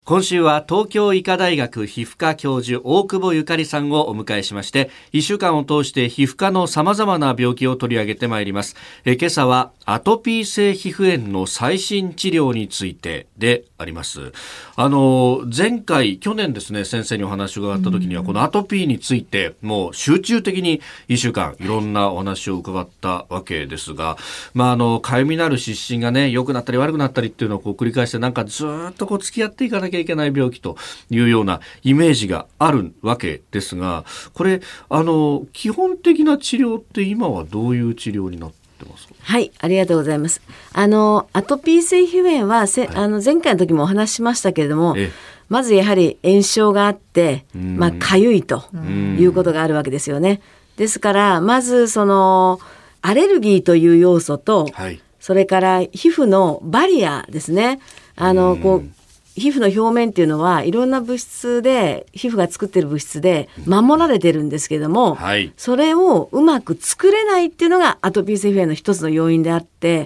今週は東京医科大学皮膚科教授大久保ゆかりさんをお迎えしまして、1週間を通して皮膚科の様々な病気を取り上げてまいります。今朝はアトピー性皮膚炎の最新治療についてであります。前回去年ですね、先生にお話を伺った時にはこのアトピーについてもう集中的に1週間いろんなお話を伺ったわけですが、かゆみのある湿疹がね、良くなったり悪くなったりっていうのを繰り返して、なんかずっと付き合っていかなきゃいけない病気というようなイメージがあるわけですが、これ基本的な治療って今はどういう治療になってますか？ はい、ありがとうございます。アトピー性皮膚炎は前回の時もお話ししましたけれども、まずやはり炎症があって、かゆいということがあるわけですよね。ですからまずアレルギーという要素と、それから皮膚のバリアですね。皮膚の表面っていうのはいろんな物質で、皮膚が作っている物質で守られてるんですけども、それをうまく作れないっていうのがアトピー性皮膚炎の一つの要因であって、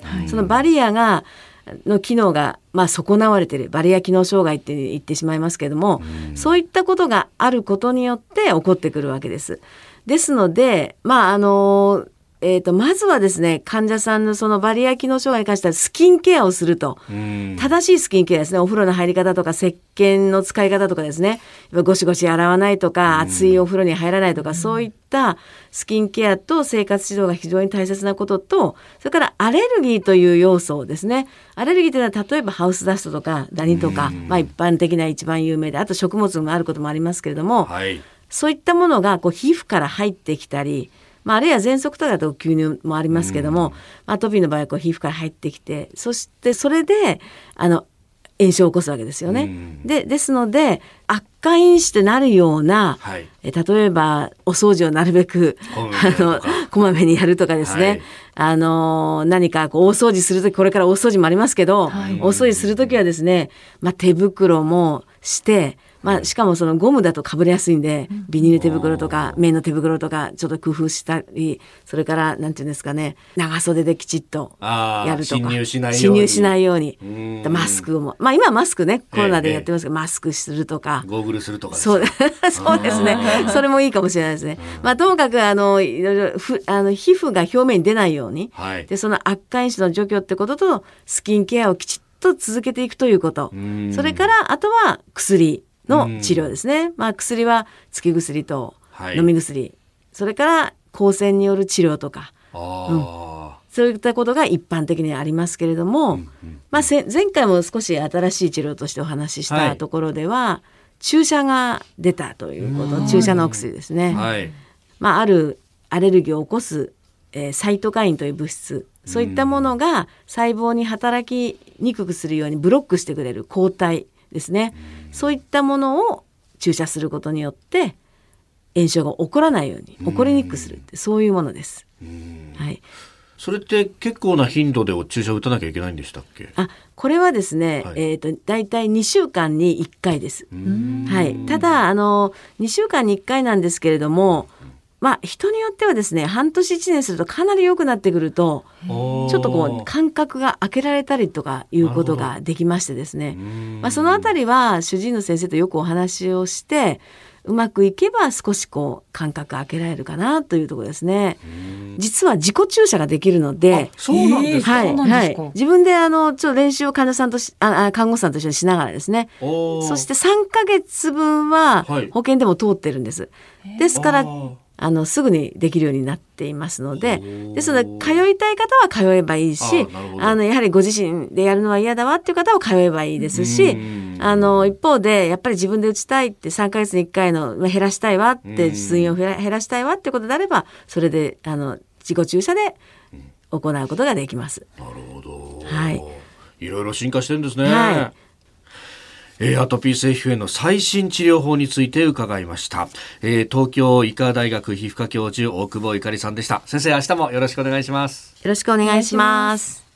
そのバリアの機能が損なわれている、バリア機能障害って言ってしまいますけれども、そういったことがあることによって起こってくるわけです。ですので、まずはですね、患者さんのそのバリア機能障害に関してはスキンケアをすると。正しいスキンケアですね。お風呂の入り方とか石鹸の使い方とかですね。ゴシゴシ洗わないとか、熱いお風呂に入らないとか、そういったスキンケアと生活指導が非常に大切なことと、それからアレルギーという要素をですね。アレルギーというのは例えばハウスダストとかダニとか、一般的な一番有名で、あと食物があることもありますけれども、そういったものが皮膚から入ってきたり、あるいは喘息とかだと吸入もありますけども、アトピーの場合は皮膚から入ってきて、そしてそれで炎症を起こすわけですよね。ですので悪化因子となるような、例えばお掃除をなるべくこまめにやるとかですね、何か大掃除するとき、これから大掃除もありますけど、大掃除するときはですね、手袋もしてしかもそのゴムだとかぶれやすいんで、ビニール手袋とか綿の手袋とかちょっと工夫したり、それからなんていうんですかね、長袖できちっとやるとか、侵入しないようにマスクも、今はマスクね、コロナでやってますけど、マスクするとか、 ゴーグルするとかですそうですね、それもいいかもしれないですね。ともかくいろいろ皮膚が表面に出ないように、でその悪化因子の除去ってこととスキンケアをきちっと続けていくということ、それからあとは薬の治療ですね。薬はつけ薬と飲み薬、それから光線による治療とか、そういったことが一般的にありますけれども、前回も少し新しい治療としてお話ししたところでは、注射が出たということ、注射のお薬ですね。あるアレルギーを起こす、サイトカインという物質、そういったものが細胞に働きにくくするようにブロックしてくれる抗体ですね。そういったものを注射することによって炎症が起こらないように、起こりにくくするって、そういうものです。 それって結構な頻度で注射を打たなきゃいけないんでしたっけ？ これはですね、だいたい2週間に1回です。ただ2週間に1回なんですけれども、人によってはですね、半年1年するとかなり良くなってくると、ちょっと間隔が空けられたりとかいうことができましてですね、そのあたりは主治医の先生とよくお話をして、うまくいけば少し間隔空けられるかなというところですね。実は自己注射ができるので、 そうなんですか。 自分でちょっと練習を患者さんと看護師さんと一緒にしながらですね、そして3ヶ月分は保険でも通ってるんです。ですからすぐにできるようになっていますので、ですので通いたい方は通えばいいし、やはりご自身でやるのは嫌だわっていう方は通えばいいですし、一方でやっぱり自分で打ちたいって、3ヶ月に1回の減らしたいわって、通院を減らしたいわってことであれば、それで自己注射で行うことができます。 なるほど。いろいろ進化してるんですね。アトピー性皮膚炎の最新治療法について伺いました。東京医科大学皮膚科教授大久保ゆかりさんでした。先生、明日もよろしくお願いします。 よろしくお願いします。